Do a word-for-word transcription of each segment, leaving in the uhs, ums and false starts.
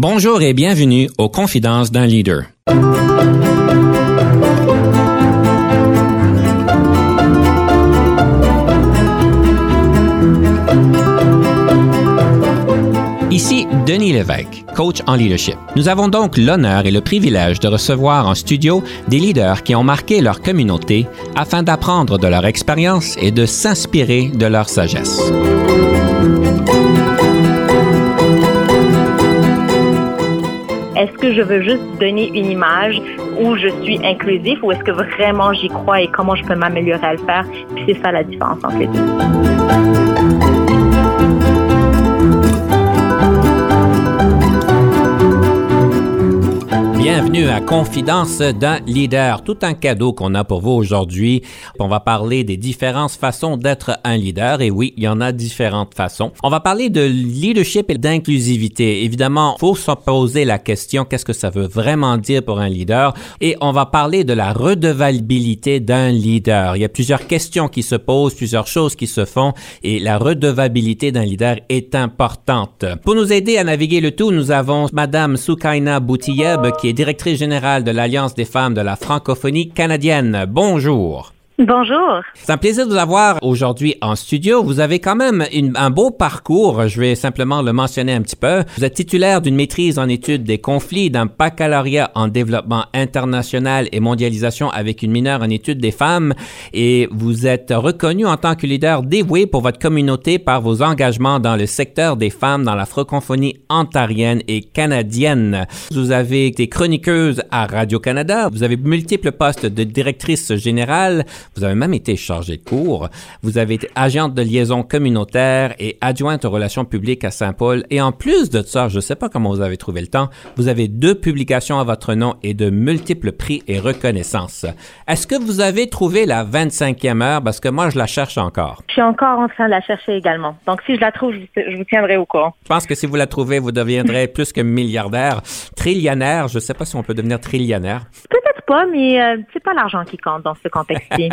Bonjour et bienvenue aux Confidences d'un leader. Ici Denis Lévesque, coach en leadership. Nous avons donc l'honneur et le privilège de recevoir en studio des leaders qui ont marqué leur communauté afin d'apprendre de leur expérience et de s'inspirer de leur sagesse. Est-ce que je veux juste donner une image où je suis inclusif ou est-ce que vraiment j'y crois et comment je peux m'améliorer à le faire? Puis c'est ça la différence entre les deux. Bienvenue à Confidence d'un leader. Tout un cadeau qu'on a pour vous aujourd'hui. On va parler des différentes façons d'être un leader. Et oui, il y en a différentes façons. On va parler de leadership et d'inclusivité. Évidemment, il faut se poser la question, qu'est-ce que ça veut vraiment dire pour un leader? Et on va parler de la redevabilité d'un leader. Il y a plusieurs questions qui se posent, plusieurs choses qui se font. Et la redevabilité d'un leader est importante. Pour nous aider à naviguer le tout, nous avons Madame Soukaina Boutiyeb, qui est directrice générale de l'Alliance des femmes de la francophonie canadienne. Bonjour. Bonjour. C'est un plaisir de vous avoir aujourd'hui en studio. Vous avez quand même une, un beau parcours. Je vais simplement le mentionner un petit peu. Vous êtes titulaire d'une maîtrise en études des conflits, d'un baccalauréat en développement international et mondialisation avec une mineure en études des femmes. Et vous êtes reconnu en tant que leader dévoué pour votre communauté par vos engagements dans le secteur des femmes dans la francophonie ontarienne et canadienne. Vous avez été chroniqueuse à Radio-Canada. Vous avez multiples postes de directrice générale. Vous avez même été chargée de cours. Vous avez été agente de liaison communautaire et adjointe aux relations publiques à Saint-Paul. Et en plus de ça, je ne sais pas comment vous avez trouvé le temps, vous avez deux publications à votre nom et de multiples prix et reconnaissances. Est-ce que vous avez trouvé la vingt-cinquième heure? Parce que moi, je la cherche encore. Je suis encore en train de la chercher également. Donc, si je la trouve, je vous tiendrai au courant. Je pense que si vous la trouvez, vous deviendrez plus que milliardaire. Trillionnaire, je ne sais pas si on peut devenir trillionnaire. Peut-être pas, mais euh, c'est pas l'argent qui compte dans ce contexte-ci.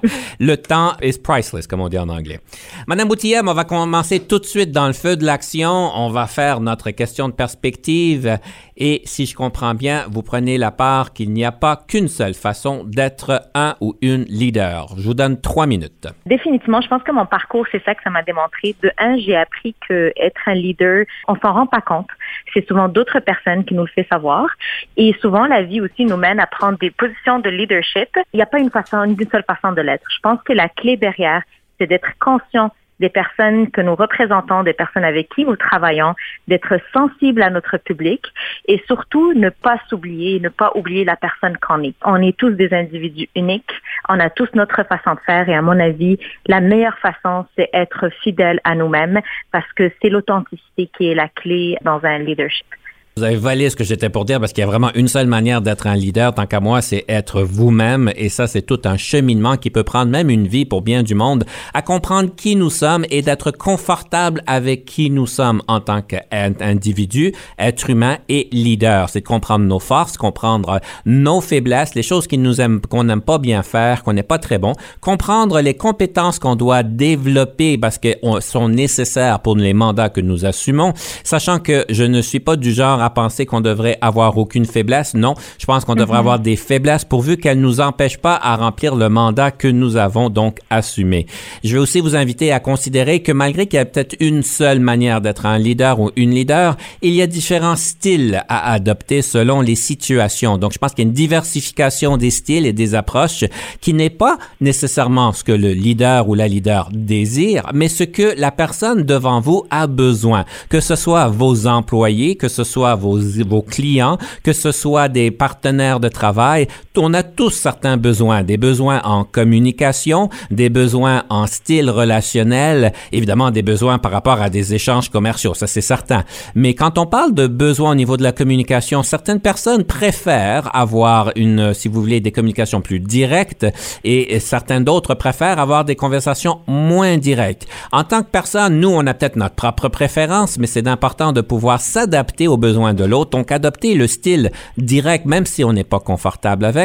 Le temps is priceless, comme on dit en anglais. Madame Boutiyeb, on va commencer tout de suite dans le feu de l'action. On va faire notre question de perspective. Et si je comprends bien, vous prenez la part qu'il n'y a pas qu'une seule façon d'être un ou une leader. Je vous donne trois minutes. Définitivement, je pense que mon parcours, c'est ça que ça m'a démontré. De un, j'ai appris qu'être un leader, on s'en rend pas compte. C'est souvent d'autres personnes qui nous le font savoir. Et souvent, la vie aussi nous mène à prendre des positions de leadership. Il n'y a pas une façon, une seule façon de l'être. Je pense que la clé derrière, c'est d'être conscient des personnes que nous représentons, des personnes avec qui nous travaillons, d'être sensible à notre public et surtout ne pas s'oublier, ne pas oublier la personne qu'on est. On est tous des individus uniques, on a tous notre façon de faire et à mon avis, la meilleure façon, c'est être fidèle à nous-mêmes parce que c'est l'authenticité qui est la clé dans un leadership. Vous avez volé ce que j'étais pour dire parce qu'il y a vraiment une seule manière d'être un leader, tant qu'à moi, c'est être vous-même. Et ça, c'est tout un cheminement qui peut prendre même une vie pour bien du monde, à comprendre qui nous sommes et d'être confortable avec qui nous sommes en tant qu'individu, être humain et leader. C'est de comprendre nos forces, comprendre nos faiblesses, les choses qui nous aiment, qu'on n'aime pas bien faire, qu'on n'est pas très bon, comprendre les compétences qu'on doit développer parce qu'elles sont nécessaires pour les mandats que nous assumons, sachant que je ne suis pas du genre à penser qu'on devrait avoir aucune faiblesse. Non, je pense qu'on devrait mm-hmm. avoir des faiblesses pourvu qu'elles ne nous empêchent pas à remplir le mandat que nous avons donc assumé. Je vais aussi vous inviter à considérer que malgré qu'il y a peut-être une seule manière d'être un leader ou une leader, il y a différents styles à adopter selon les situations. Donc, je pense qu'il y a une diversification des styles et des approches qui n'est pas nécessairement ce que le leader ou la leader désire, mais ce que la personne devant vous a besoin. Que ce soit vos employés, que ce soit Vos, vos clients, que ce soit des partenaires de travail, on a tous certains besoins, des besoins en communication, des besoins en style relationnel, évidemment des besoins par rapport à des échanges commerciaux, ça c'est certain. Mais quand on parle de besoins au niveau de la communication, certaines personnes préfèrent avoir une, si vous voulez, des communications plus directes et, et certains d'autres préfèrent avoir des conversations moins directes. En tant que personne, nous, on a peut-être notre propre préférence, mais c'est important de pouvoir s'adapter aux besoins de l'autre. Donc, adopter le style direct, même si on n'est pas confortable avec,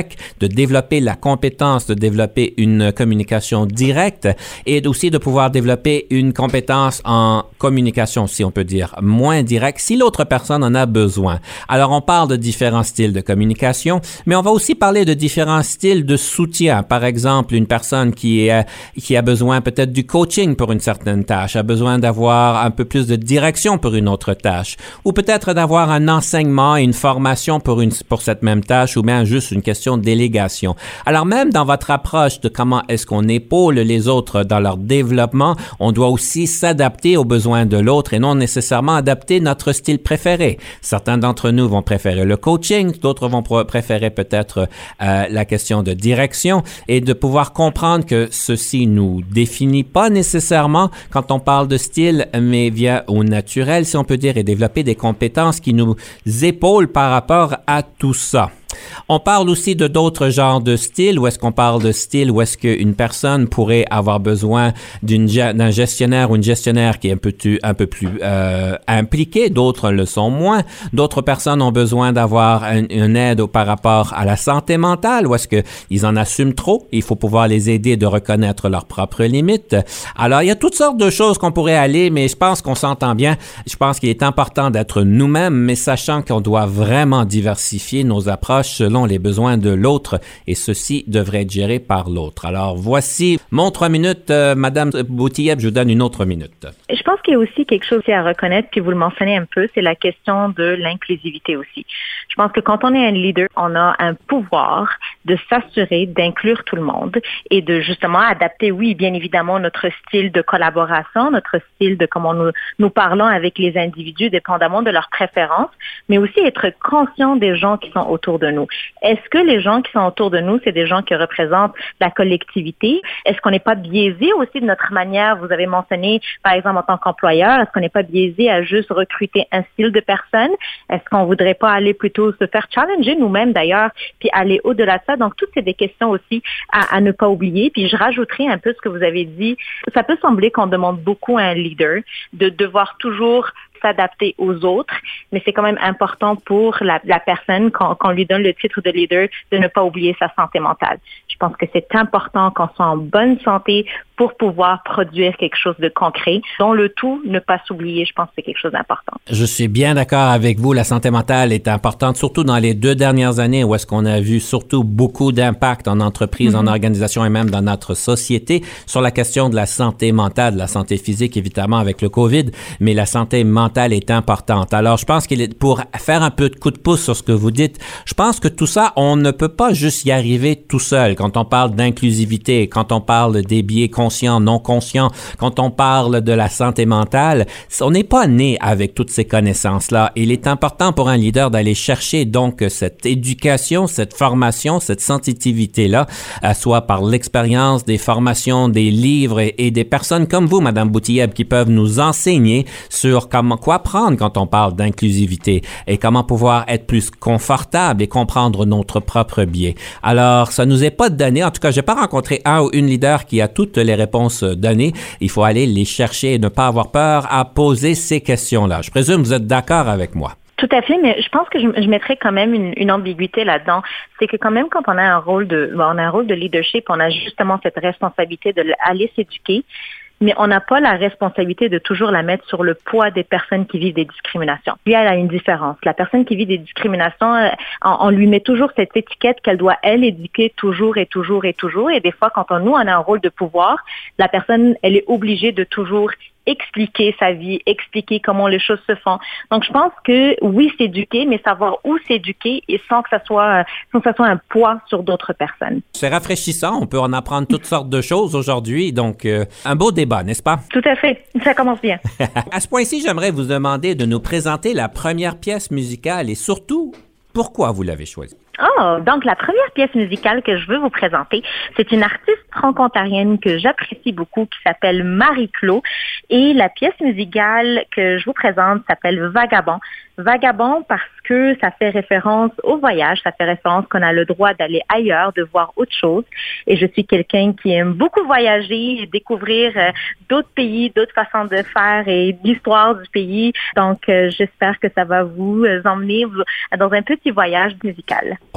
direct, de développer la compétence, de développer une communication directe et aussi de pouvoir développer une compétence en communication, si on peut dire, moins directe, si l'autre personne en a besoin. Alors, on parle de différents styles de communication, mais on va aussi parler de différents styles de soutien. Par exemple, une personne qui, est, qui a besoin peut-être du coaching pour une certaine tâche, a besoin d'avoir un peu plus de direction pour une autre tâche, ou peut-être d'avoir un enseignement et une formation pour, une, pour cette même tâche, ou bien juste une question de délégation. Alors, même dans votre approche de comment est-ce qu'on épaule les autres dans leur développement, on doit aussi s'adapter aux besoins de l'autre et non nécessairement adapter notre style préféré. Certains d'entre nous vont préférer le coaching, d'autres vont préférer peut-être euh, la question de direction et de pouvoir comprendre que ceci nous définit pas nécessairement quand on parle de style, mais vient au naturel, si on peut dire, et développer des compétences qui nous épaulent par rapport à tout ça. On parle aussi de d'autres genres de styles. Où est-ce qu'on parle de style? Où est-ce qu'une personne pourrait avoir besoin d'une, d'un gestionnaire ou une gestionnaire qui est un peu, tu, un peu plus euh, impliqué? D'autres le sont moins. D'autres personnes ont besoin d'avoir un, une aide par rapport à la santé mentale. Où est-ce qu'ils en assument trop? Il faut pouvoir les aider de reconnaître leurs propres limites. Alors, il y a toutes sortes de choses qu'on pourrait aller, mais je pense qu'on s'entend bien. Je pense qu'il est important d'être nous-mêmes, mais sachant qu'on doit vraiment diversifier nos approches selon les besoins de l'autre et ceci devrait être géré par l'autre. Alors, voici mon trois minutes. Euh, Madame Boutilleb, je vous donne une autre minute. Je pense qu'il y a aussi quelque chose à reconnaître, puis vous le mentionnez un peu, c'est la question de l'inclusivité aussi. Je pense que quand on est un leader, on a un pouvoir de s'assurer d'inclure tout le monde et de justement adapter, oui, bien évidemment, notre style de collaboration, notre style de comment nous, nous parlons avec les individus, dépendamment de leurs préférences, mais aussi être conscient des gens qui sont autour de nous. Est-ce que les gens qui sont autour de nous, c'est des gens qui représentent la collectivité? Est-ce qu'on n'est pas biaisé aussi de notre manière? Vous avez mentionné, par exemple, en tant qu'employeur, est-ce qu'on n'est pas biaisé à juste recruter un style de personne? Est-ce qu'on voudrait pas aller plutôt se faire challenger nous-mêmes d'ailleurs, puis aller au-delà de ça? Donc, toutes c'est des questions aussi à, à ne pas oublier. Puis, je rajouterai un peu ce que vous avez dit. Ça peut sembler qu'on demande beaucoup à un leader de devoir toujours s'adapter aux autres, mais c'est quand même important pour la, la personne, quand, quand on lui donne le titre de leader, de ne pas oublier sa santé mentale. Je pense que c'est important qu'on soit en bonne santé pour pouvoir produire quelque chose de concret, dont le tout, ne pas s'oublier, je pense que c'est quelque chose d'important. Je suis bien d'accord avec vous, la santé mentale est importante, surtout dans les deux dernières années où est-ce qu'on a vu surtout beaucoup d'impact en entreprise, mm-hmm. en organisation et même dans notre société sur la question de la santé mentale, de la santé physique évidemment avec le COVID, mais la santé mentale est importante. Alors, je pense qu'il est, pour faire un peu de coup de pouce sur ce que vous dites, je pense que tout ça, on ne peut pas juste y arriver tout seul. Quand on parle d'inclusivité, quand on parle des biais conscients, non conscients, quand on parle de la santé mentale, on n'est pas né avec toutes ces connaissances-là. Il est important pour un leader d'aller chercher donc cette éducation, cette formation, cette sensibilité-là, soit par l'expérience, des formations, des livres et, et des personnes comme vous, Madame Boutilleb, qui peuvent nous enseigner sur comment quoi prendre quand on parle d'inclusivité et comment pouvoir être plus confortable et comprendre notre propre biais. Alors, ça nous est pas donné. En tout cas, j'ai pas rencontré un ou une leader qui a toutes les réponses données. Il faut aller les chercher et ne pas avoir peur à poser ces questions-là. Je présume que vous êtes d'accord avec moi. Tout à fait, mais je pense que je, je mettrais quand même une, une ambiguïté là-dedans. C'est que quand même, quand on a un rôle de, bon, on a un rôle de leadership, on a justement cette responsabilité d'aller s'éduquer, mais on n'a pas la responsabilité de toujours la mettre sur le poids des personnes qui vivent des discriminations. Lui, elle a une différence. La personne qui vit des discriminations, on, on lui met toujours cette étiquette qu'elle doit, elle, éduquer toujours et toujours et toujours. Et des fois, quand on, nous, on a un rôle de pouvoir, la personne, elle est obligée de toujours expliquer sa vie, expliquer comment les choses se font. Donc, je pense que oui, s'éduquer, mais savoir où s'éduquer et sans que ça soit, sans que ça soit un poids sur d'autres personnes. C'est rafraîchissant. On peut en apprendre toutes sortes de choses aujourd'hui. Donc, euh, un beau débat, n'est-ce pas? Tout à fait. Ça commence bien. À ce point-ci, j'aimerais vous demander de nous présenter la première pièce musicale et surtout, pourquoi vous l'avez choisie? Oh, donc la première pièce musicale que je veux vous présenter, c'est une artiste franco-ontarienne que j'apprécie beaucoup qui s'appelle Marie-Claude et la pièce musicale que je vous présente s'appelle Vagabond. Vagabond parce que ça fait référence au voyage, ça fait référence qu'on a le droit d'aller ailleurs, de voir autre chose. Et je suis quelqu'un qui aime beaucoup voyager et découvrir euh, d'autres pays, d'autres façons de faire et l'histoire du pays. Donc, euh, j'espère que ça va vous euh, emmener dans un petit voyage musical.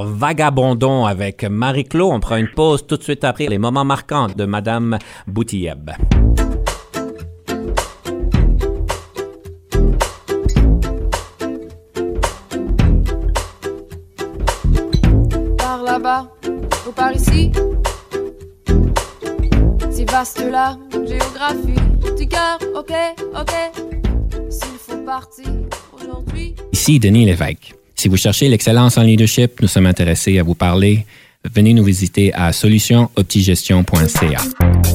vagabondons avec Marie-Claude. On prend une pause tout de suite après les moments marquants de Madame Boutilleb. Par là-bas, ou par ici, si vaste la géographie du cœur, ok, ok, s'il faut partir aujourd'hui. Ici Denis Lévesque. Si vous cherchez l'excellence en leadership, nous sommes intéressés à vous parler. Venez nous visiter à solution optigestion point c a.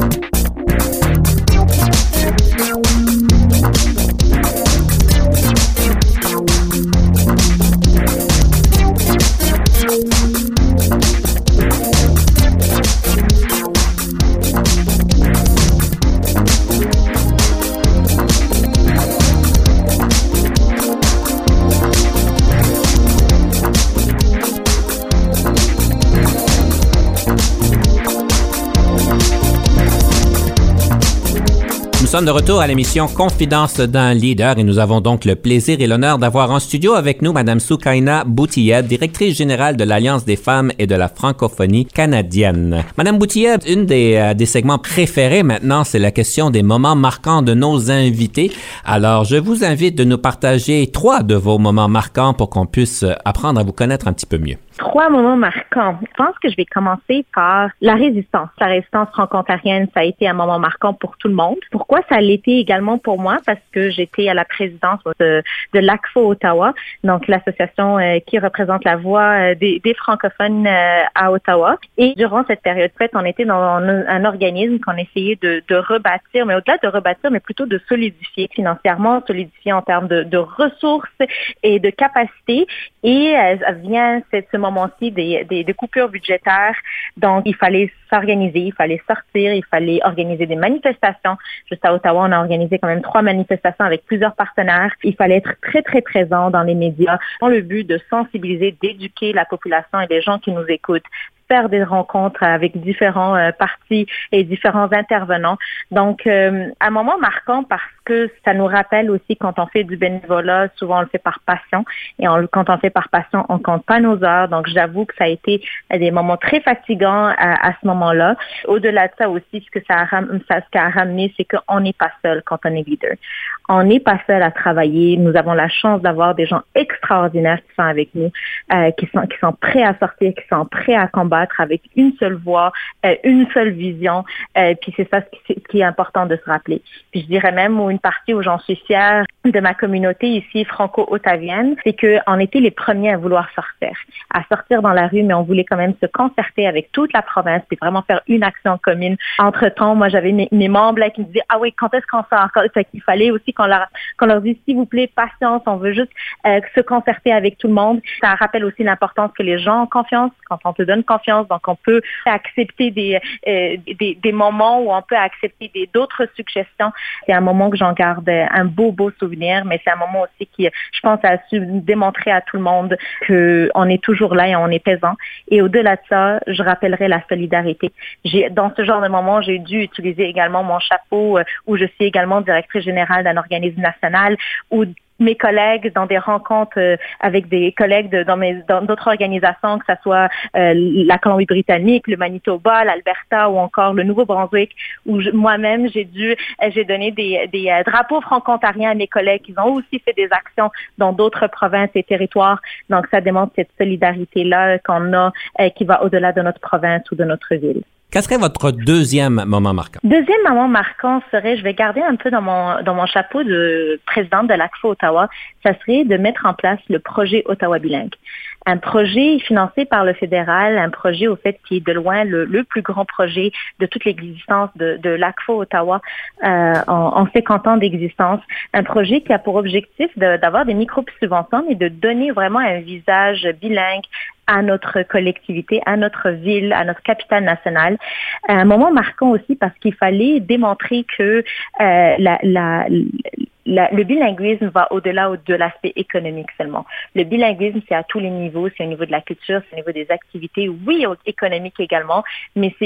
Nous sommes de retour à l'émission Confidence d'un leader et nous avons donc le plaisir et l'honneur d'avoir en studio avec nous Madame Soukaina Boutilleb, directrice générale de l'Alliance des femmes et de la francophonie canadienne. Madame Boutilleb, une des, euh, des segments préférés maintenant, c'est la question des moments marquants de nos invités. Alors, je vous invite de nous partager trois de vos moments marquants pour qu'on puisse apprendre à vous connaître un petit peu mieux. Trois moments marquants. Je pense que je vais commencer par la résistance. La résistance franco-ontarienne, ça a été un moment marquant pour tout le monde. Pourquoi ça l'était également pour moi? Parce que j'étais à la présidence de, de l'A C F O Ottawa, donc l'association euh, qui représente la voix euh, des, des francophones euh, à Ottawa. Et durant cette période faite, on était dans un, un organisme qu'on essayait de, de rebâtir, mais au-delà de rebâtir, mais plutôt de solidifier financièrement, solidifier en termes de, de ressources et de capacités. Et euh, vient cette, ce moment-ci des, des, des coupures budgétaires. Donc, il fallait s'organiser, il fallait sortir, il fallait organiser des manifestations. Juste à Ottawa, on a organisé quand même trois manifestations avec plusieurs partenaires. Il fallait être très, très présent dans les médias dans le but de sensibiliser, d'éduquer la population et les gens qui nous écoutent, faire des rencontres avec différents euh, partis et différents intervenants. Donc, euh, un moment marquant parce que ça nous rappelle aussi quand on fait du bénévolat, souvent on le fait par passion et on, quand on le fait par passion, on compte pas nos heures. Donc, j'avoue que ça a été des moments très fatigants à, à ce moment-là. Au-delà de ça aussi, ce que ça a, ça, ce qu'a ramené, c'est qu'on n'est pas seul quand on est leader. On n'est pas seul à travailler. Nous avons la chance d'avoir des gens extraordinaires qui sont avec nous, euh, qui sont qui sont prêts à sortir, qui sont prêts à combattre avec une seule voix, euh, une seule vision. Euh, puis c'est ça ce qui, ce qui est important de se rappeler. Puis je dirais même une partie où j'en suis fière de ma communauté ici franco-ottavienne, c'est qu'on était les premiers à vouloir sortir, à sortir dans la rue, mais on voulait quand même se concerter avec toute la province et vraiment faire une action commune. Entre-temps, moi j'avais mes, mes membres là qui me disaient « Ah oui, quand est-ce qu'on sort ?» Fait qu'il fallait aussi qu'on leur, qu'on leur dise « S'il vous plaît, patience, on veut juste euh, se concerter avec tout le monde. » Ça rappelle aussi l'importance que les gens ont confiance, quand on te donne confiance, donc on peut accepter des, euh, des, des moments où on peut accepter des, d'autres suggestions. C'est un moment que j'en garde un beau, beau souvenir, mais c'est un moment aussi qui, je pense, a su démontrer à tout le monde qu'on est toujours là et on est présent. Et au-delà de ça, je rappellerai la solidarité. J'ai, dans ce genre de moment, j'ai dû utiliser également mon chapeau euh, où je suis également directrice générale d'un organisme national où mes collègues dans des rencontres euh, avec des collègues de, dans, mes, dans d'autres organisations, que ce soit euh, la Colombie-Britannique, le Manitoba, l'Alberta ou encore le Nouveau-Brunswick, où je, moi-même j'ai dû, j'ai donné des, des euh, drapeaux franco-ontariens à mes collègues qui ont aussi fait des actions dans d'autres provinces et territoires. Donc ça démontre cette solidarité-là qu'on a, euh, qui va au-delà de notre province ou de notre ville. Quel serait votre deuxième moment marquant? Deuxième moment marquant serait, je vais garder un peu dans mon dans mon chapeau de présidente de l'A C F O Ottawa, ça serait de mettre en place le projet Ottawa bilingue. Un projet financé par le fédéral, un projet au fait qui est de loin le, le plus grand projet de toute l'existence de, de l'A C F O Ottawa euh, en, en cinquante ans d'existence. Un projet qui a pour objectif de, d'avoir des micro-subventions et de donner vraiment un visage bilingue à notre collectivité, à notre ville, à notre capitale nationale. Un moment marquant aussi parce qu'il fallait démontrer que euh, la, la, la, le bilinguisme va au-delà de l'aspect économique seulement. Le bilinguisme, c'est à tous les niveaux, c'est au niveau de la culture, c'est au niveau des activités, oui, économique également, mais c'est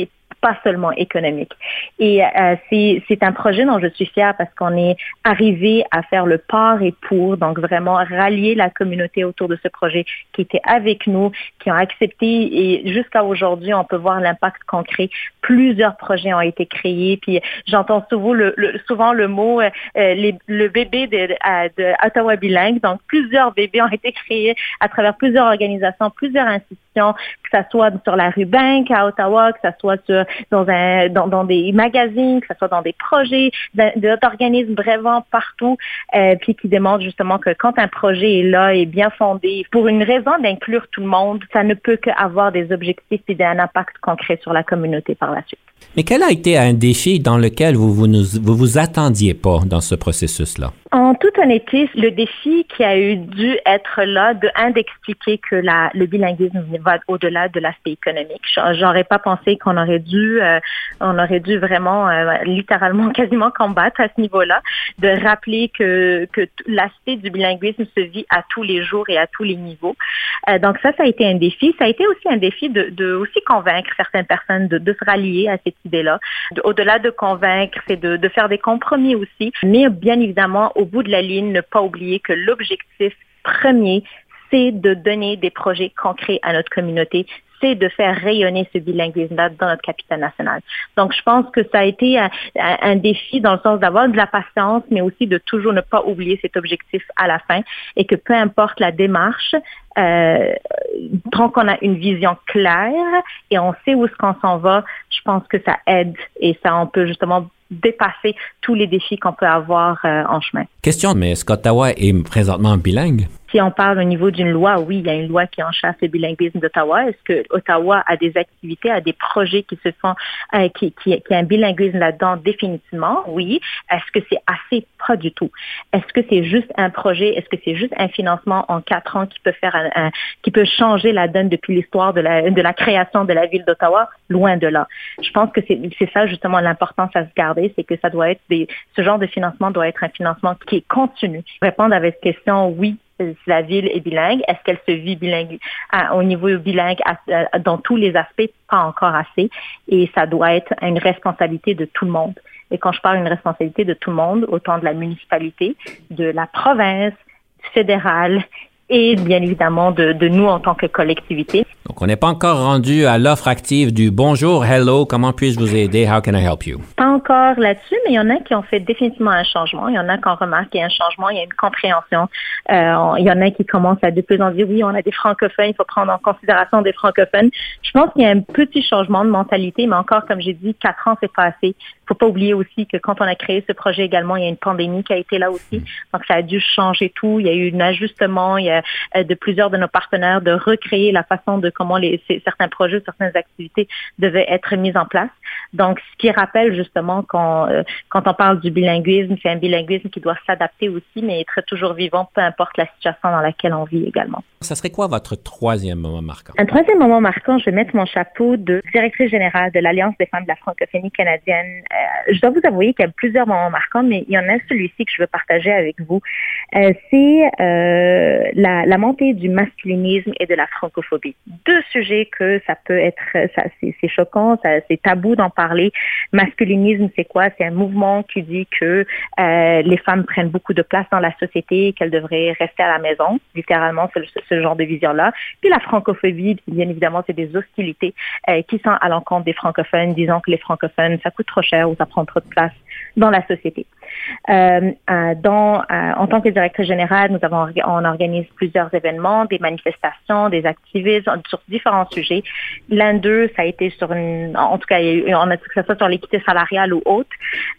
pas seulement économique. Et euh, c'est, c'est un projet dont je suis fière parce qu'on est arrivé à faire le par et pour, donc vraiment rallier la communauté autour de ce projet qui était avec nous, qui ont accepté et jusqu'à aujourd'hui, on peut voir l'impact concret. Plusieurs projets ont été créés, puis j'entends souvent le, le, souvent le mot euh, les, le bébé de, de, de Ottawa bilingue, donc plusieurs bébés ont été créés à travers plusieurs organisations, plusieurs institutions, que ça soit sur la rue Bank à Ottawa, que ça soit sur, dans, un, dans, dans des magazines, que ça soit dans des projets d'organismes vraiment partout, euh, puis qui démontrent justement que quand un projet est là, est bien fondé, pour une raison d'inclure tout le monde, ça ne peut qu'avoir des objectifs et un impact concret sur la communauté par la suite. Mais quel a été un défi dans lequel vous vous, nous, vous, vous attendiez pas dans ce processus-là? En toute honnêteté, le défi qui a eu dû être là, de un, d'expliquer que la, le bilinguisme va au-delà de l'aspect économique. J'aurais pas pensé qu'on aurait dû, euh, on aurait dû vraiment, euh, littéralement, quasiment combattre à ce niveau-là, de rappeler que, que l'aspect du bilinguisme se vit à tous les jours et à tous les niveaux. Euh, donc ça, ça a été un défi. Ça a été aussi un défi de, de aussi convaincre certaines personnes de, de se rallier à cette idée-là. De, au-delà de convaincre, c'est de, de faire des compromis aussi. Mais bien évidemment, au bout de la ligne, ne pas oublier que l'objectif premier, c'est de donner des projets concrets à notre communauté, c'est de faire rayonner ce bilinguisme-là dans notre capitale nationale. Donc, je pense que ça a été un, un défi dans le sens d'avoir de la patience, mais aussi de toujours ne pas oublier cet objectif à la fin et que peu importe la démarche, euh, tant qu'on a une vision claire et on sait où est-ce qu'on s'en va, je pense que ça aide et ça, on peut justement dépasser tous les défis qu'on peut avoir euh, en chemin. Question, mais est-ce qu'Ottawa est présentement bilingue? Si on parle au niveau d'une loi, oui, il y a une loi qui enchasse le bilinguisme d'Ottawa. Est-ce que Ottawa a des activités, a des projets qui se font, euh, qui, qui, qui a un bilinguisme là-dedans définitivement? Oui. Est-ce que c'est assez? Pas du tout. Est-ce que c'est juste un projet? Est-ce que c'est juste un financement en quatre ans qui peut faire un, un qui peut changer la donne depuis l'histoire de la de la création de la ville d'Ottawa? Loin de là. Je pense que c'est c'est ça justement l'importance à se garder, c'est que ça doit être des ce genre de financement doit être un financement qui est continu. Répondre à cette question, oui. Si la ville est bilingue, est-ce qu'elle se vit bilingue à, au niveau bilingue à, à, dans tous les aspects? Pas encore assez. Et ça doit être une responsabilité de tout le monde. Et quand je parle d'une responsabilité de tout le monde, autant de la municipalité, de la province, fédérale et bien évidemment de, de nous en tant que collectivité. Donc, on n'est pas encore rendu à l'offre active du bonjour, hello, comment puis-je vous aider, how can I help you? Pas encore là-dessus, mais il y en a qui ont fait définitivement un changement. Il y en a qui ont remarqué qu'il y a un changement, il y a une compréhension. Euh, il y en a qui commencent à de plus en dire, oui, on a des francophones, il faut prendre en considération des francophones. Je pense qu'il y a un petit changement de mentalité, mais encore, comme j'ai dit, quatre ans, c'est pas assez. Il faut pas oublier aussi que quand on a créé ce projet également, il y a une pandémie qui a été là aussi. Donc, ça a dû changer tout. Il y a eu un ajustement il y a, euh, de plusieurs de nos partenaires de recréer la façon de comment les, certains projets, certaines activités devaient être mises en place. Donc, ce qui rappelle justement quand, euh, quand on parle du bilinguisme, c'est un bilinguisme qui doit s'adapter aussi, mais être toujours vivant, peu importe la situation dans laquelle on vit également. Ça serait quoi votre troisième moment marquant? Un troisième moment marquant, je vais mettre mon chapeau de directrice générale de l'Alliance des femmes de la francophonie canadienne. Euh, je dois vous avouer qu'il y a plusieurs moments marquants, mais il y en a celui-ci que je veux partager avec vous. Euh, c'est euh, la, la montée du masculinisme et de la francophobie. Deux sujets que ça peut être, ça, c'est, c'est choquant, ça, c'est tabou d'en parler. Masculinisme, c'est quoi? C'est un mouvement qui dit que euh, les femmes prennent beaucoup de place dans la société, qu'elles devraient rester à la maison. Littéralement, c'est le, ce genre de vision-là. Puis la francophobie, bien évidemment, c'est des hostilités euh, qui sont à l'encontre des francophones, disant que les francophones, ça coûte trop cher ou ça prend trop de place dans la société. Euh, euh, dans, euh, en tant que directrice générale, nous avons on organise plusieurs événements, des manifestations, des activismes sur différents sujets. L'un d'eux, ça a été sur une, en tout cas, il y a eu, on a dit que ce soit sur l'équité salariale ou autre,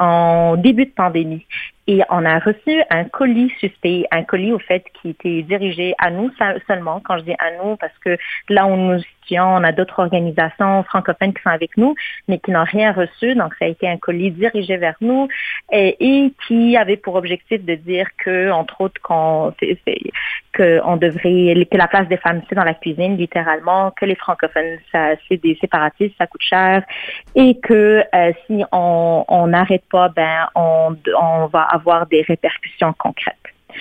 en début de pandémie. Et on a reçu un colis suspect, un colis au fait qui était dirigé à nous seulement. Quand je dis à nous, parce que là où nous étudions, on a d'autres organisations francophones qui sont avec nous, mais qui n'ont rien reçu. Donc, ça a été un colis dirigé vers nous et, et qui avait pour objectif de dire que, entre autres, qu'on, c'est, c'est, que on devrait, que la place des femmes c'est dans la cuisine, littéralement, que les francophones, ça, c'est des séparatistes, ça coûte cher, et que euh, si on on n'arrête pas, ben on on va avoir des répercussions concrètes.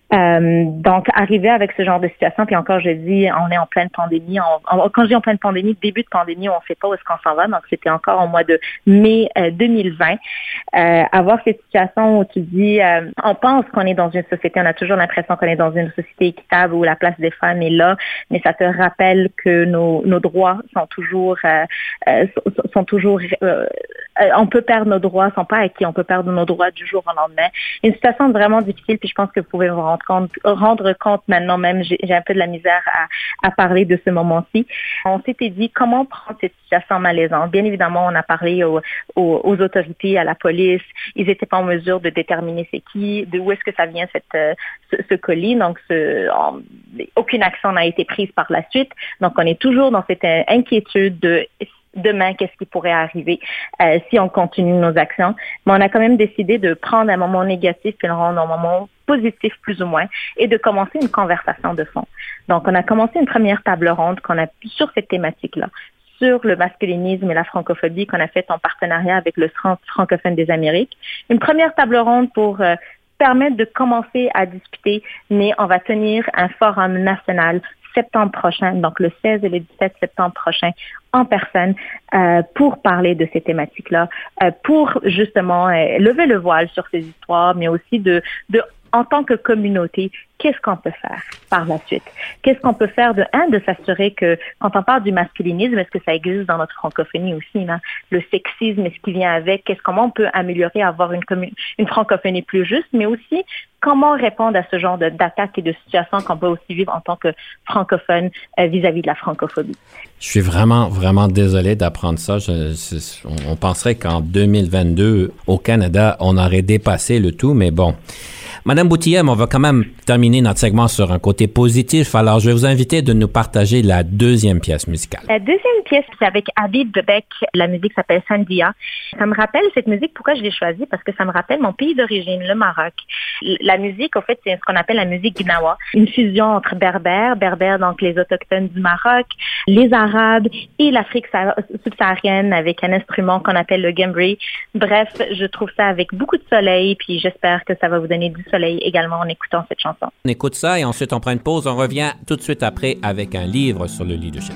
Euh, donc, arriver avec ce genre de situation, puis encore, je dis, on est en pleine pandémie. On, on, quand je dis en pleine pandémie, début de pandémie, on ne sait pas où est-ce qu'on s'en va. Donc, c'était encore au mois de mai euh, deux mille vingt. Euh, avoir cette situation où tu dis, euh, on pense qu'on est dans une société, on a toujours l'impression qu'on est dans une société équitable où la place des femmes est là, mais ça te rappelle que nos, nos droits sont toujours, euh, euh, sont, sont toujours, euh, on peut perdre nos droits, sont pas acquis, on peut perdre nos droits du jour au lendemain. Une situation vraiment difficile, puis je pense que vous pouvez vous rendre compte, rendre compte maintenant même, j'ai, j'ai un peu de la misère à, à parler de ce moment-ci. On s'était dit comment prendre cette situation malaisante. Bien évidemment, on a parlé aux, aux, aux autorités, à la police. Ils n'étaient pas en mesure de déterminer c'est qui, de où est-ce que ça vient cette, euh, ce, ce colis. Donc, ce, on, aucune action n'a été prise par la suite. Donc, on est toujours dans cette inquiétude de demain, qu'est-ce qui pourrait arriver euh, si on continue nos actions. Mais on a quand même décidé de prendre un moment négatif et le rendre un moment positif plus ou moins et de commencer une conversation de fond. Donc, on a commencé une première table ronde qu'on a sur cette thématique-là, sur le masculinisme et la francophobie qu'on a faite en partenariat avec le Centre francophone des Amériques. Une première table ronde pour euh, permettre de commencer à discuter, mais on va tenir un forum national septembre prochain, donc le seize et le dix-sept septembre prochain, en personne, euh, pour parler de ces thématiques-là, euh, pour justement euh, lever le voile sur ces histoires, mais aussi de, de en tant que communauté, qu'est-ce qu'on peut faire par la suite? Qu'est-ce qu'on peut faire de un, de s'assurer que quand on parle du masculinisme, est-ce que ça existe dans notre francophonie aussi, hein? Le sexisme, est-ce qui vient avec? Qu'est-ce comment on peut améliorer, avoir une, commun- une francophonie plus juste, mais aussi comment répondre à ce genre de, d'attaques et de situations qu'on peut aussi vivre en tant que francophone euh, vis-à-vis de la francophobie. Je suis vraiment, vraiment désolé d'apprendre ça. Je, je, on penserait qu'en deux mille vingt-deux, au Canada, on aurait dépassé le tout, mais bon. Madame Boutilleb, on va quand même terminer notre segment sur un côté positif. Alors, je vais vous inviter de nous partager la deuxième pièce musicale. La deuxième pièce, c'est avec Habib Bebek. La musique s'appelle Sandia. Ça me rappelle cette musique. Pourquoi je l'ai choisie? Parce que ça me rappelle mon pays d'origine, le Maroc. La musique, en fait, c'est ce qu'on appelle la musique gnawa. Une fusion entre berbères, berbères, donc les autochtones du Maroc, les Arabes et l'Afrique subsaharienne avec un instrument qu'on appelle le gambri. Bref, je trouve ça avec beaucoup de soleil, puis j'espère que ça va vous donner du soleil également en écoutant cette chanson. On écoute ça et ensuite on prend une pause. On revient tout de suite après avec un livre sur le leadership.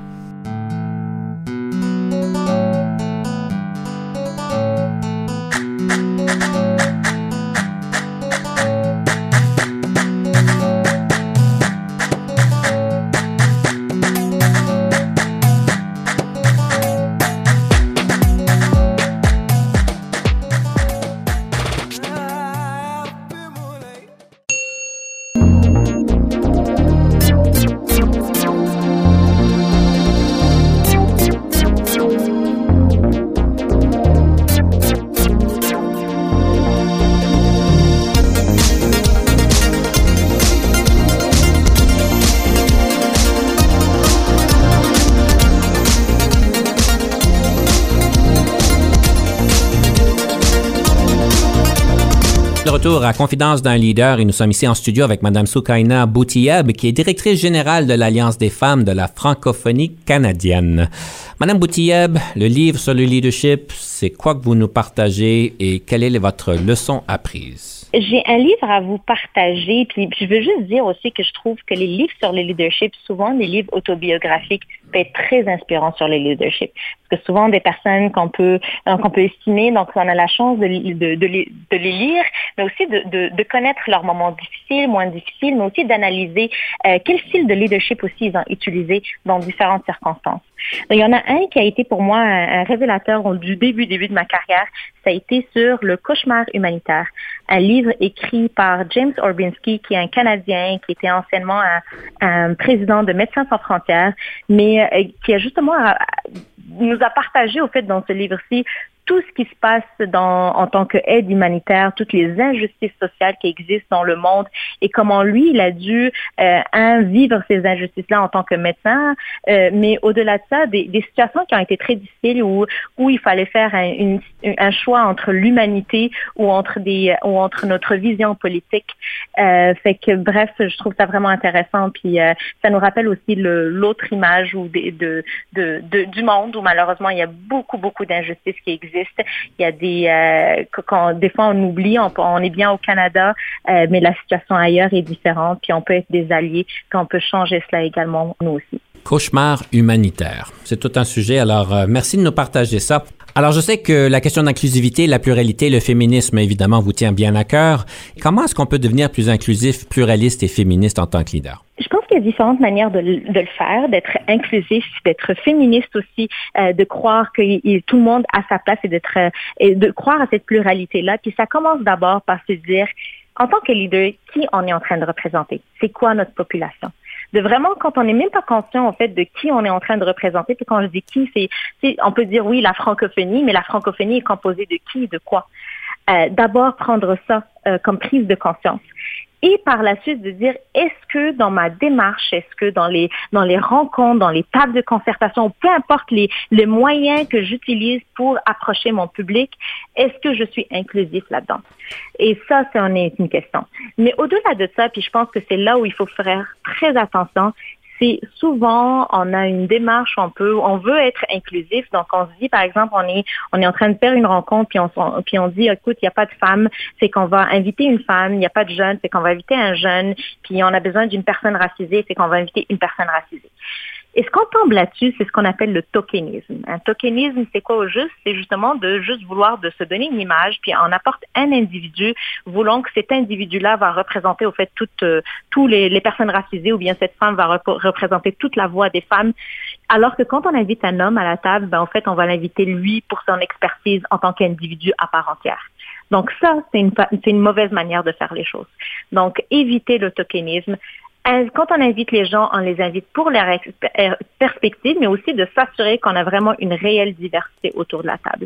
De retour à Confidence d'un leader et nous sommes ici en studio avec Mme Soukaina Boutilleb, qui est directrice générale de l'Alliance des femmes de la francophonie canadienne. Mme Boutilleb, le livre sur le leadership, c'est quoi que vous nous partagez et quelle est votre leçon apprise? J'ai un livre à vous partager, puis je veux juste dire aussi que je trouve que les livres sur le leadership, souvent les livres autobiographiques, peuvent être très inspirants sur le leadership. Parce que souvent des personnes qu'on peut qu'on peut estimer, donc on a la chance de, de, de, les, de les lire, mais aussi de, de, de connaître leurs moments difficiles, moins difficiles, mais aussi d'analyser euh, quel style de leadership aussi ils ont utilisé dans différentes circonstances. Donc, il y en a un qui a été pour moi un, un révélateur du début, début de ma carrière. Ça a été sur le cauchemar humanitaire, un livre écrit par James Orbinski, qui est un Canadien, qui était anciennement un, un président de Médecins sans frontières, mais euh, qui a justement euh, nous a partagé au fait dans ce livre-ci tout ce qui se passe dans, en tant qu'aide humanitaire, toutes les injustices sociales qui existent dans le monde et comment lui, il a dû euh, un, vivre ces injustices-là en tant que médecin, euh, mais au-delà de ça, des, des situations qui ont été très difficiles où, où il fallait faire un, une, un choix entre l'humanité ou entre, des, ou entre notre vision politique. Euh, fait que bref, je trouve ça vraiment intéressant. Puis euh, ça nous rappelle aussi le, l'autre image ou des, de, de, de, du monde où malheureusement il y a beaucoup, beaucoup d'injustices qui existent existent. Il y a des, euh, quand, des fois on oublie, on, on est bien au Canada, euh, mais la situation ailleurs est différente, puis on peut être des alliés, puis on peut changer cela également, nous aussi. Cauchemar humanitaire. C'est tout un sujet, alors euh, merci de nous partager ça. Alors, je sais que la question d'inclusivité, la pluralité, le féminisme, évidemment, vous tient bien à cœur. Comment est-ce qu'on peut devenir plus inclusif, pluraliste et féministe en tant que leader? Je pense qu'il y a différentes manières de, de le faire, d'être inclusif, d'être féministe aussi, euh, de croire que il, tout le monde a sa place et d'être euh, et de croire à cette pluralité-là. Puis ça commence d'abord par se dire, en tant que leader, qui on est en train de représenter? C'est quoi notre population? De vraiment, quand on n'est même pas conscient, en fait, de qui on est en train de représenter, puis quand je dis qui, c'est, c'est on peut dire, oui, la francophonie, mais la francophonie est composée de qui, de quoi? Euh, d'abord, prendre ça euh, comme prise de conscience. Et par la suite, de dire, est-ce que dans ma démarche, est-ce que dans les dans les rencontres, dans les tables de concertation, peu importe les, les moyens que j'utilise pour approcher mon public, est-ce que je suis inclusif là-dedans? Et ça, c'est une question. Mais au-delà de ça, puis je pense que c'est là où il faut faire très attention, c'est souvent, on a une démarche, on peut, on veut être inclusif. Donc, on se dit, par exemple, on est, on est en train de faire une rencontre, puis on, puis on dit, écoute, il n'y a pas de femme, c'est qu'on va inviter une femme. Il n'y a pas de jeune, c'est qu'on va inviter un jeune. Puis on a besoin d'une personne racisée, c'est qu'on va inviter une personne racisée. Et ce qu'on tombe là-dessus, c'est ce qu'on appelle le tokenisme. Un tokenisme, c'est quoi au juste? C'est justement de juste vouloir de se donner une image, puis on apporte un individu, voulant que cet individu-là va représenter au fait toutes euh, tous les, les personnes racisées, ou bien cette femme va rep- représenter toute la voix des femmes. Alors que quand on invite un homme à la table, ben en fait, on va l'inviter lui pour son expertise en tant qu'individu à part entière. Donc ça, c'est une, c'est une mauvaise manière de faire les choses. Donc, éviter le tokenisme. Quand on invite les gens, on les invite pour leur exp- perspective, mais aussi de s'assurer qu'on a vraiment une réelle diversité autour de la table.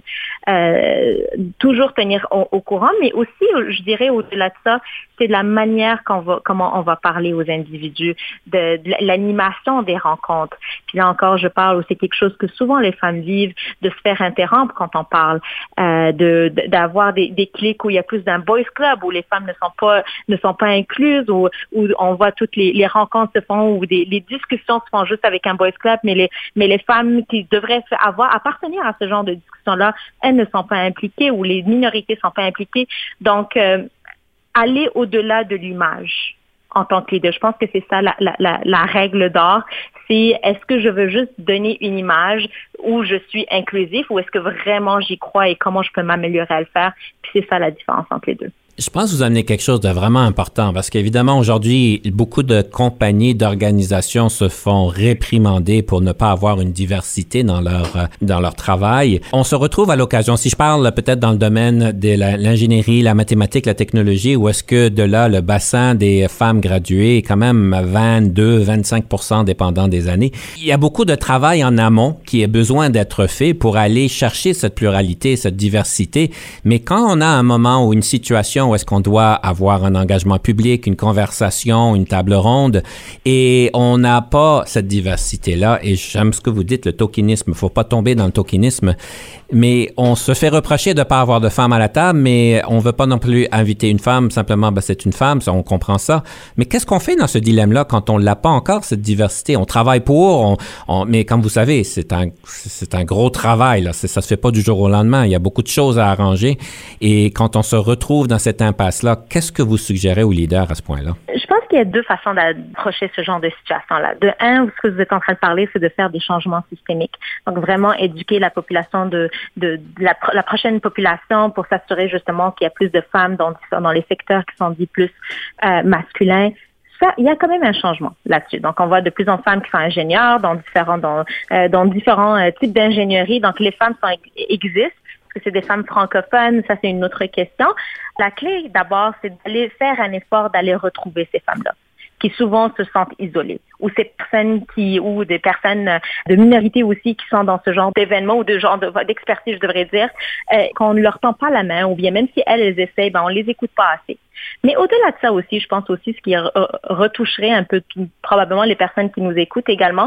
Euh, toujours tenir au, au courant, mais aussi, je dirais, au-delà de ça, c'est de la manière qu'on va, comment on va parler aux individus, de, de l'animation des rencontres. Puis là encore, je parle aussi quelque chose que souvent les femmes vivent, de se faire interrompre quand on parle, euh, de, de d'avoir des, des clics où il y a plus d'un boys club, où les femmes ne sont pas ne sont pas incluses, où, où on voit toutes les les rencontres se font ou des les discussions se font juste avec un boys club, mais les mais les femmes qui devraient avoir appartenir à ce genre de discussion-là, elles ne sont pas impliquées ou les minorités sont pas impliquées. Donc, euh, aller au-delà de l'image en tant que leader. Je pense que c'est ça la, la, la, la règle d'or. C'est est-ce que je veux juste donner une image où je suis inclusif ou est-ce que vraiment j'y crois et comment je peux m'améliorer à le faire? Puis c'est ça la différence entre les deux. Je pense que vous amenez quelque chose de vraiment important parce qu'évidemment, aujourd'hui, beaucoup de compagnies, d'organisations se font réprimander pour ne pas avoir une diversité dans leur dans leur travail. On se retrouve à l'occasion, si je parle peut-être dans le domaine de la, l'ingénierie, la mathématique, la technologie, où est-ce que de là, le bassin des femmes graduées est quand même vingt-deux à vingt-cinq pour cent dépendant des années. Il y a beaucoup de travail en amont qui a besoin d'être fait pour aller chercher cette pluralité, cette diversité. Mais quand on a un moment ou une situation où est-ce qu'on doit avoir un engagement public, une conversation, une table ronde, et on n'a pas cette diversité-là. Et j'aime ce que vous dites, le tokenisme. Il ne faut pas tomber dans le tokenisme. Mais on se fait reprocher de ne pas avoir de femmes à la table, mais on ne veut pas non plus inviter une femme, simplement, ben, c'est une femme, on comprend ça. Mais qu'est-ce qu'on fait dans ce dilemme-là quand on ne l'a pas encore, cette diversité? On travaille pour, on, on, mais comme vous savez, c'est un, c'est un gros travail, là. C'est, ça ne se fait pas du jour au lendemain. Il y a beaucoup de choses à arranger. Et quand on se retrouve dans cette impasse-là, qu'est-ce que vous suggérez aux leaders à ce point-là? Je pense qu'il y a deux façons d'approcher ce genre de situation-là. De un, ce que vous êtes en train de parler, c'est de faire des changements systémiques. Donc, vraiment éduquer la population de, de, de la, la prochaine population pour s'assurer justement qu'il y a plus de femmes dans, dans les secteurs qui sont dits plus euh, masculins. Ça, il y a quand même un changement là-dessus. Donc, on voit de plus en plus de femmes qui sont ingénieurs dans différents, dans, euh, dans différents euh, types d'ingénierie. Donc, les femmes sont, existent. Que c'est des femmes francophones, ça c'est une autre question. La clé d'abord, c'est d'aller faire un effort d'aller retrouver ces femmes-là, qui souvent se sentent isolées, ou ces personnes qui, ou des personnes de minorité aussi qui sont dans ce genre d'événement ou de genre de, d'expertise, je devrais dire, euh, qu'on ne leur tend pas la main, ou bien même si elles, elles essayent, ben on les écoute pas assez. Mais au-delà de ça aussi, je pense aussi ce qui retoucherait un peu tout, probablement les personnes qui nous écoutent également,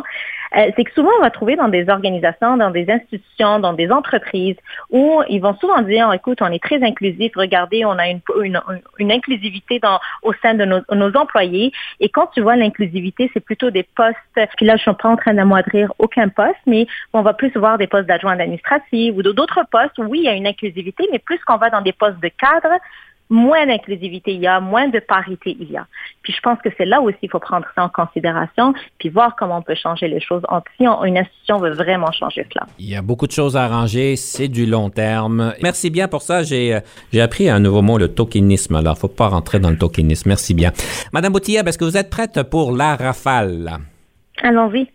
Euh, c'est que souvent, on va trouver dans des organisations, dans des institutions, dans des entreprises, où ils vont souvent dire, écoute, on est très inclusif, regardez, on a une, une, une inclusivité dans, au sein de nos, nos employés. Et quand tu vois l'inclusivité, c'est plutôt des postes, puis là, je ne suis pas en train d'amoindrir aucun poste, mais on va plus voir des postes d'adjoint administratif ou d'autres postes où oui, il y a une inclusivité, mais plus qu'on va dans des postes de cadre, moins d'inclusivité il y a, moins de parité il y a. Puis je pense que c'est là aussi il faut prendre ça en considération, puis voir comment on peut changer les choses. Si on, une institution veut vraiment changer cela. Il y a beaucoup de choses à arranger, c'est du long terme. Merci bien pour ça. J'ai, j'ai appris un nouveau mot, le tokenisme. Alors, il ne faut pas rentrer dans le tokenisme. Merci bien. Madame Boutillab, est-ce que vous êtes prête pour la rafale? Allons-y.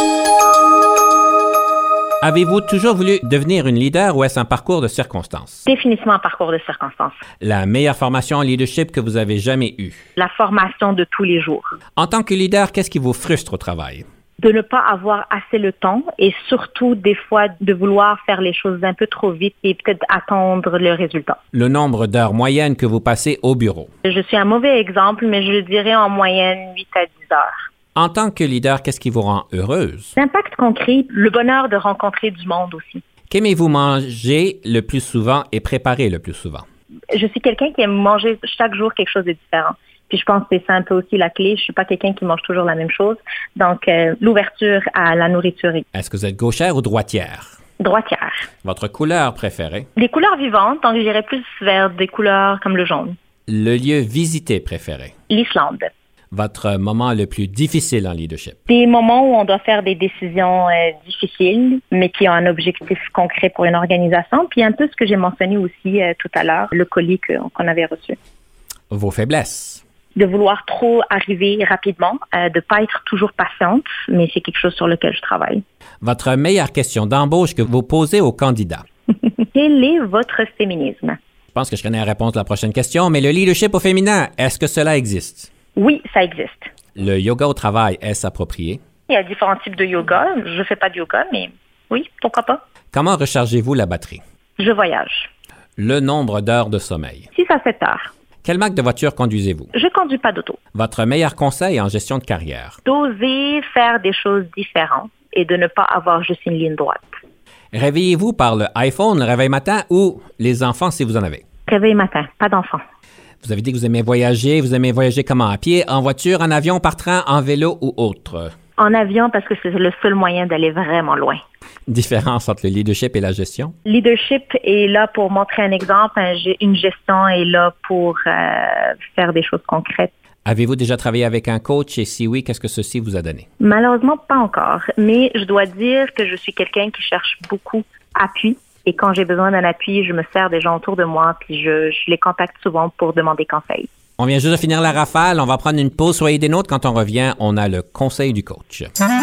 Avez-vous toujours voulu devenir une leader ou est-ce un parcours de circonstances? Définitivement un parcours de circonstances. La meilleure formation en leadership que vous avez jamais eue? La formation de tous les jours. En tant que leader, qu'est-ce qui vous frustre au travail? De ne pas avoir assez le temps et surtout des fois de vouloir faire les choses un peu trop vite et peut-être attendre le résultat. Le nombre d'heures moyennes que vous passez au bureau? Je suis un mauvais exemple, mais je le dirais en moyenne huit à dix heures. En tant que leader, qu'est-ce qui vous rend heureuse? L'impact concret, le bonheur de rencontrer du monde aussi. Qu'aimez-vous manger le plus souvent et préparer le plus souvent? Je suis quelqu'un qui aime manger chaque jour quelque chose de différent. Puis je pense que c'est un peu aussi la clé. Je suis pas quelqu'un qui mange toujours la même chose. Donc, euh, l'ouverture à la nourriture. Est-ce que vous êtes gauchère ou droitière? Droitière. Votre couleur préférée? Des couleurs vivantes, donc j'irais plus vers des couleurs comme le jaune. Le lieu visité préféré? L'Islande. Votre moment le plus difficile en leadership? Des moments où on doit faire des décisions euh, difficiles, mais qui ont un objectif concret pour une organisation. Puis un peu ce que j'ai mentionné aussi euh, tout à l'heure, le colis que, qu'on avait reçu. Vos faiblesses? De vouloir trop arriver rapidement, euh, de ne pas être toujours patiente, mais c'est quelque chose sur lequel je travaille. Votre meilleure question d'embauche que vous posez aux candidats? Quel est votre féminisme? Je pense que je connais la réponse de la prochaine question, mais le leadership au féminin, est-ce que cela existe? Oui, ça existe. Le yoga au travail, est-ce approprié? Il y a différents types de yoga. Je ne fais pas de yoga, mais oui, pourquoi pas? Comment rechargez-vous la batterie? Je voyage. Le nombre d'heures de sommeil? six à sept heures. Quelle marque de voiture conduisez-vous? Je ne conduis pas d'auto. Votre meilleur conseil en gestion de carrière? D'oser faire des choses différentes et de ne pas avoir juste une ligne droite. Réveillez-vous par le iPhone, le réveil matin ou les enfants si vous en avez? Réveil matin, pas d'enfants. Vous avez dit que vous aimez voyager. Vous aimez voyager comment? À pied, en voiture, en avion, par train, en vélo ou autre? En avion parce que c'est le seul moyen d'aller vraiment loin. Différence entre le leadership et la gestion? Leadership est là pour montrer un exemple. Une gestion est là pour euh, faire des choses concrètes. Avez-vous déjà travaillé avec un coach et si oui, qu'est-ce que ceci vous a donné? Malheureusement, pas encore. Mais je dois dire que je suis quelqu'un qui cherche beaucoup appui. Et quand j'ai besoin d'un appui, je me sers des gens autour de moi, puis je, je les contacte souvent pour demander conseil. On vient juste de finir la rafale. On va prendre une pause. Soyez des nôtres. Quand on revient, on a le conseil du coach.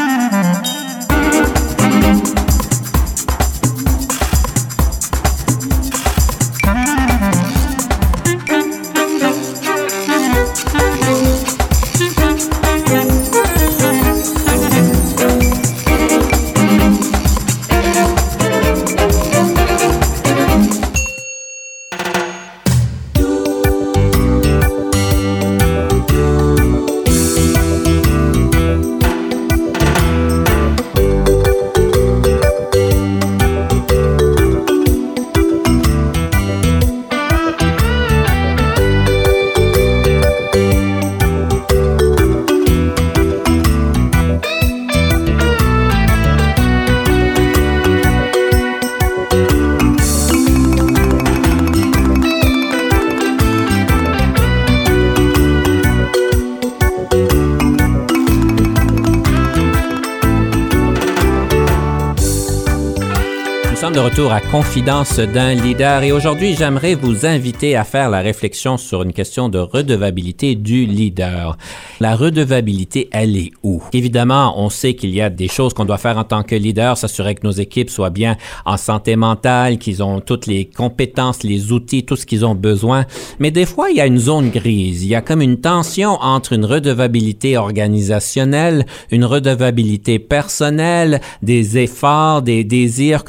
De retour à Confidence d'un leader et aujourd'hui, j'aimerais vous inviter à faire la réflexion sur une question de redevabilité du leader. La redevabilité, elle est où? Évidemment, on sait qu'il y a des choses qu'on doit faire en tant que leader, s'assurer que nos équipes soient bien en santé mentale, qu'ils ont toutes les compétences, les outils, tout ce qu'ils ont besoin. Mais des fois, il y a une zone grise. Il y a comme une tension entre une redevabilité organisationnelle, une redevabilité personnelle, des efforts, des désirs que nous avons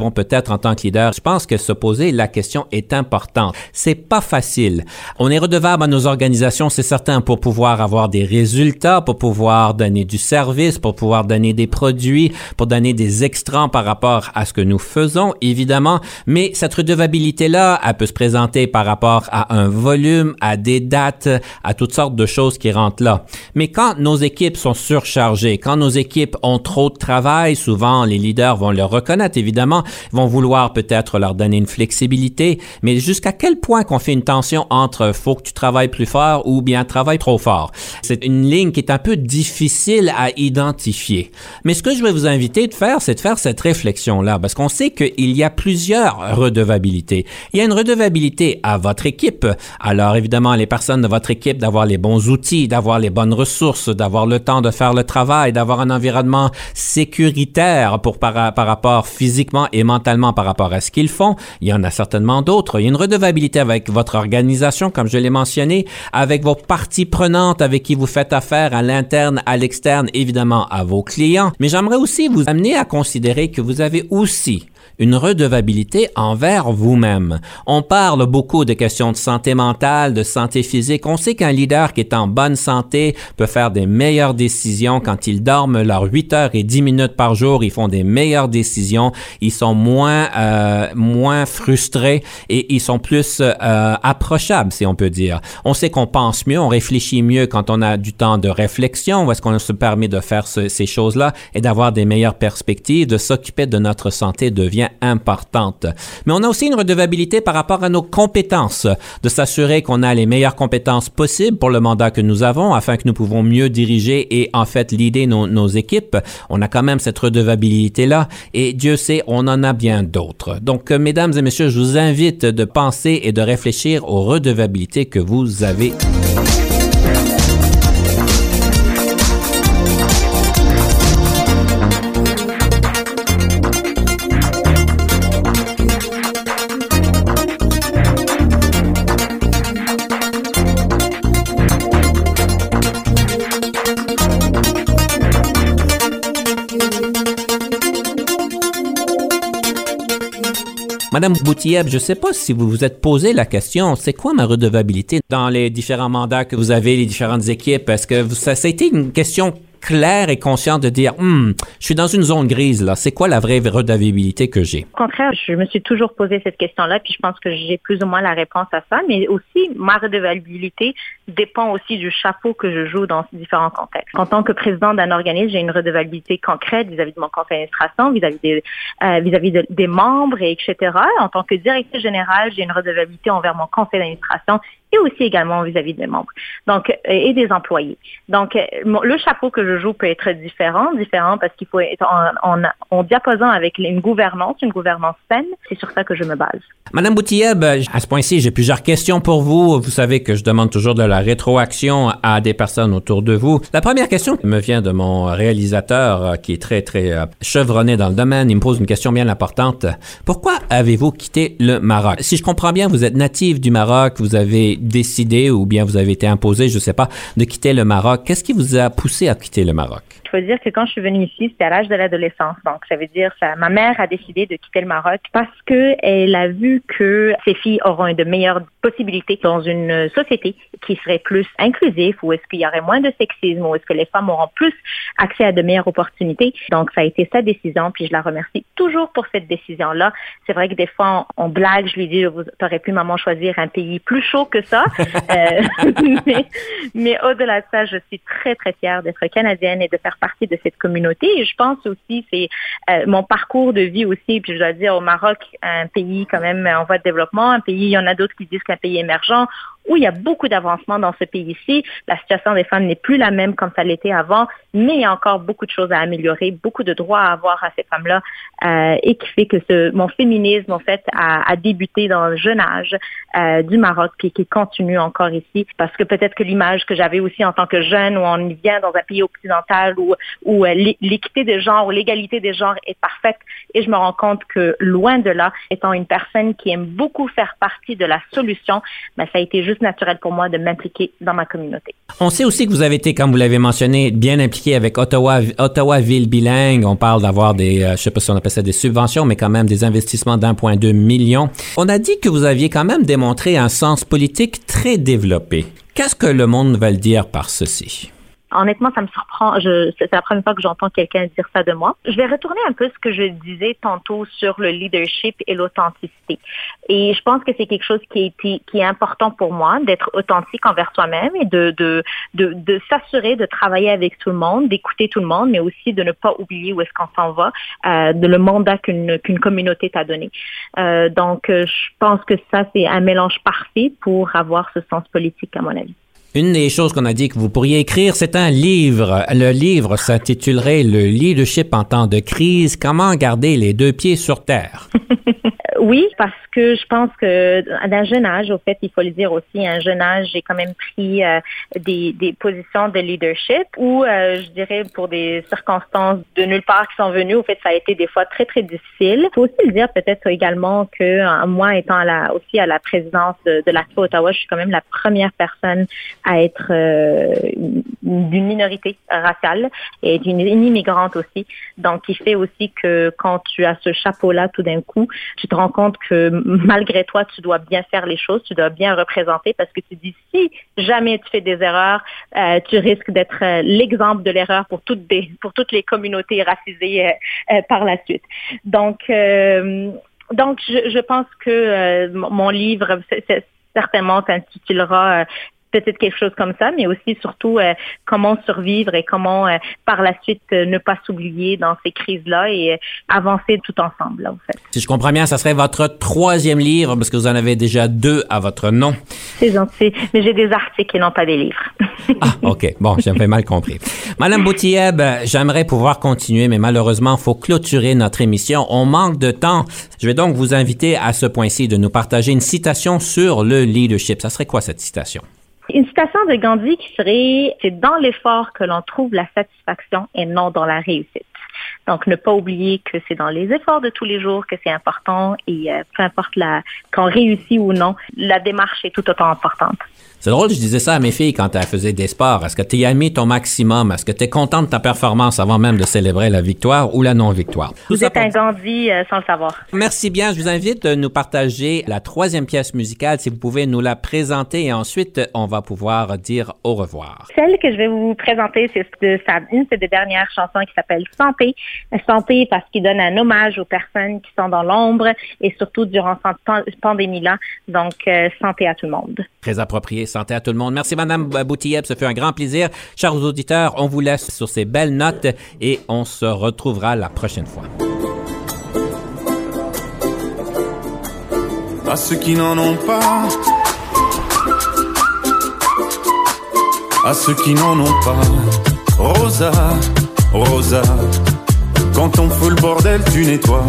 question peut-être en tant que leader. Je pense que se poser la question est importante. C'est pas facile. On est redevable à nos organisations, c'est certain, pour pouvoir avoir des résultats, pour pouvoir donner du service, pour pouvoir donner des produits, pour donner des extras par rapport à ce que nous faisons, évidemment. Mais cette redevabilité-là, elle peut se présenter par rapport à un volume, à des dates, à toutes sortes de choses qui rentrent là. Mais quand nos équipes sont surchargées, quand nos équipes ont trop de travail, souvent les leaders vont le reconnaître, évidemment, vont vouloir peut-être leur donner une flexibilité, mais jusqu'à quel point qu'on fait une tension entre faut que tu travailles plus fort ou bien travaille trop fort. C'est une ligne qui est un peu difficile à identifier. Mais ce que je vais vous inviter de faire, c'est de faire cette réflexion-là, parce qu'on sait qu'il y a plusieurs redevabilités. Il y a une redevabilité à votre équipe. Alors, évidemment, les personnes de votre équipe, d'avoir les bons outils, d'avoir les bonnes ressources, d'avoir le temps de faire le travail, d'avoir un environnement sécuritaire pour par, par rapport physiquement et mentalement par rapport à ce qu'ils font. Il y en a certainement d'autres. Il y a une redevabilité avec votre organisation, comme je l'ai mentionné, avec vos parties prenantes avec qui vous faites affaire à l'interne, à l'externe, évidemment à vos clients. Mais j'aimerais aussi vous amener à considérer que vous avez aussi une redevabilité envers vous-même. On parle beaucoup de questions de santé mentale, de santé physique. On sait qu'un leader qui est en bonne santé peut faire des meilleures décisions quand ils dorment leurs huit heures et dix minutes par jour. Ils font des meilleures décisions. Ils sont moins euh, moins frustrés et ils sont plus euh, approchables, si on peut dire. On sait qu'on pense mieux, on réfléchit mieux quand on a du temps de réflexion, où est-ce qu'on se permet de faire ce, ces choses-là et d'avoir des meilleures perspectives, de s'occuper de notre santé devient importante. Mais on a aussi une redevabilité par rapport à nos compétences, de s'assurer qu'on a les meilleures compétences possibles pour le mandat que nous avons afin que nous pouvons mieux diriger et en fait leader nos, nos équipes. On a quand même cette redevabilité-là et Dieu sait, on en a bien d'autres. Donc, mesdames et messieurs, je vous invite de penser et de réfléchir aux redevabilités que vous avez. Madame Boutieb, je ne sais pas si vous vous êtes posé la question, c'est quoi ma redevabilité dans les différents mandats que vous avez, les différentes équipes? Est-ce que vous, ça, ça a été une question claire et consciente de dire, hum, je suis dans une zone grise, là. C'est quoi la vraie redevabilité que j'ai? Au contraire, je me suis toujours posé cette question-là, puis je pense que j'ai plus ou moins la réponse à ça, mais aussi, ma redevabilité dépend aussi du chapeau que je joue dans différents contextes. En tant que président d'un organisme, j'ai une redevabilité concrète vis-à-vis de mon conseil d'administration, vis-à-vis des, euh, vis-à-vis de, des membres, et etc. En tant que directrice générale, j'ai une redevabilité envers mon conseil d'administration et aussi également vis-à-vis des membres, donc et des employés. Donc, le chapeau que je joue peut être différent, différent parce qu'il faut être en, en, en diapason avec une gouvernance, une gouvernance saine. C'est sur ça que je me base. Madame Boutieb, à ce point-ci, j'ai plusieurs questions pour vous. Vous savez que je demande toujours de la rétroaction à des personnes autour de vous. La première question me vient de mon réalisateur qui est très, très chevronné dans le domaine. Il me pose une question bien importante. Pourquoi avez-vous quitté le Maroc? Si je comprends bien, vous êtes natif du Maroc, vous avez décidé ou bien vous avez été imposé, je ne sais pas, de quitter le Maroc. Qu'est-ce qui vous a poussé à quitter le Maroc? Il faut dire que quand je suis venue ici, c'était à l'âge de l'adolescence. Donc, ça veut dire que ma mère a décidé de quitter le Maroc parce qu'elle a vu que ses filles auront de meilleures possibilités dans une société qui serait plus inclusive, où est-ce qu'il y aurait moins de sexisme, où est-ce que les femmes auront plus accès à de meilleures opportunités. Donc, ça a été sa décision, puis je la remercie toujours pour cette décision-là. C'est vrai que des fois, on, on blague, je lui dis, vous aurez pu, maman, choisir un pays plus chaud que ça. euh, mais mais au-delà de ça, je suis très, très fière d'être canadienne et de faire partie de cette communauté. Et je pense aussi, c'est euh, mon parcours de vie aussi, puis je dois dire, au Maroc, un pays quand même en voie de développement, un pays, il y en a d'autres qui disent qu'un pays émergent, où il y a beaucoup d'avancements dans ce pays-ci. La situation des femmes n'est plus la même comme ça l'était avant, mais il y a encore beaucoup de choses à améliorer, beaucoup de droits à avoir à ces femmes-là, euh, et qui fait que ce, mon féminisme, en fait, a, a débuté dans le jeune âge euh, du Maroc, puis qui continue encore ici, parce que peut-être que l'image que j'avais aussi en tant que jeune, où on vient dans un pays occidental, où, où euh, l'équité des genres, où l'égalité des genres est parfaite, et je me rends compte que, loin de là, étant une personne qui aime beaucoup faire partie de la solution, ben, ça a été juste juste naturel pour moi de m'impliquer dans ma communauté. On sait aussi que vous avez été, comme vous l'avez mentionné, bien impliqué avec Ottawa, Ottawa Ville Bilingue. On parle d'avoir des, euh, je sais pas si on appelle ça des subventions, mais quand même des investissements d'un virgule deux million. On a dit que vous aviez quand même démontré un sens politique très développé. Qu'est-ce que le monde va le dire par ceci? Honnêtement, ça me surprend. Je, c'est la première fois que j'entends quelqu'un dire ça de moi. Je vais retourner un peu ce que je disais tantôt sur le leadership et l'authenticité. Et je pense que c'est quelque chose qui est, qui est important pour moi, d'être authentique envers soi-même et de, de, de, de s'assurer de travailler avec tout le monde, d'écouter tout le monde, mais aussi de ne pas oublier où est-ce qu'on s'en va, euh, de le mandat qu'une, qu'une communauté t'a donné. Euh, donc, je pense que ça, c'est un mélange parfait pour avoir ce sens politique, à mon avis. Une des choses qu'on a dit que vous pourriez écrire, c'est un livre. Le livre s'intitulerait « Le leadership en temps de crise. Comment garder les deux pieds sur terre ». Oui, parce que je pense que d'un jeune âge, au fait, il faut le dire aussi, à un jeune âge, j'ai quand même pris euh, des, des positions de leadership où, euh, je dirais, pour des circonstances de nulle part qui sont venues, au fait, ça a été des fois très, très difficile. Il faut aussi le dire peut-être également que euh, moi, étant à la, aussi à la présidence de, de l'A C F A Ottawa, je suis quand même la première personne à être euh, d'une minorité raciale et d'une une immigrante aussi. Donc, il fait aussi que quand tu as ce chapeau-là, tout d'un coup, tu te rends compte que malgré toi, tu dois bien faire les choses, tu dois bien représenter parce que tu dis, si jamais tu fais des erreurs, euh, tu risques d'être euh, l'exemple de l'erreur pour toutes, des, pour toutes les communautés racisées euh, euh, par la suite. Donc, euh, donc je, je pense que euh, mon livre c'est, c'est, certainement s'intitulera euh, peut-être quelque chose comme ça, mais aussi surtout euh, comment survivre et comment euh, par la suite euh, ne pas s'oublier dans ces crises-là et euh, avancer tout ensemble, là, en fait. Si je comprends bien, ça serait votre troisième livre parce que vous en avez déjà deux à votre nom. C'est gentil, mais j'ai des articles et non pas des livres. Ah, OK. Bon, j'avais mal compris. Madame Boutieb, j'aimerais pouvoir continuer, mais malheureusement, il faut clôturer notre émission. On manque de temps. Je vais donc vous inviter à ce point-ci de nous partager une citation sur le leadership. Ça serait quoi cette citation? Une citation de Gandhi qui serait « C'est dans l'effort que l'on trouve la satisfaction et non dans la réussite ». Donc, ne pas oublier que c'est dans les efforts de tous les jours que c'est important et euh, peu importe la, qu'on réussit ou non, la démarche est tout autant importante. C'est drôle, je disais ça à mes filles quand elles faisaient des sports. Est-ce que tu as mis ton maximum? Est-ce que tu es content de ta performance avant même de célébrer la victoire ou la non-victoire? Vous Tout êtes un Gandhi euh, sans le savoir. Merci bien. Je vous invite à nous partager la troisième pièce musicale. Si vous pouvez nous la présenter et ensuite, on va pouvoir dire au revoir. Celle que je vais vous présenter, c'est de sa, une de ses dernières chansons qui s'appelle « Santé ». Santé parce qu'il donne un hommage aux personnes qui sont dans l'ombre et surtout durant cette pandémie-là. Donc, euh, santé à tout le monde. Très approprié. Santé à tout le monde. Merci, Madame Boutieb. Ça fait un grand plaisir. Chers auditeurs, on vous laisse sur ces belles notes et on se retrouvera la prochaine fois. À ceux qui n'en ont pas, à ceux qui n'en ont pas, Rosa, Rosa, quand on fout le bordel, tu nettoies.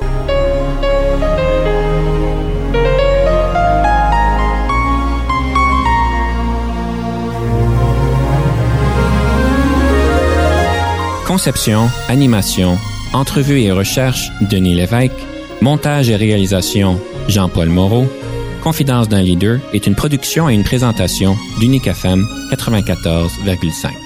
Conception, animation, entrevue et recherche, Denis Lévesque. Montage et réalisation, Jean-Paul Moreau. Confidence d'un leader est une production et une présentation d'Unique F M quatre-vingt-quatorze virgule cinq.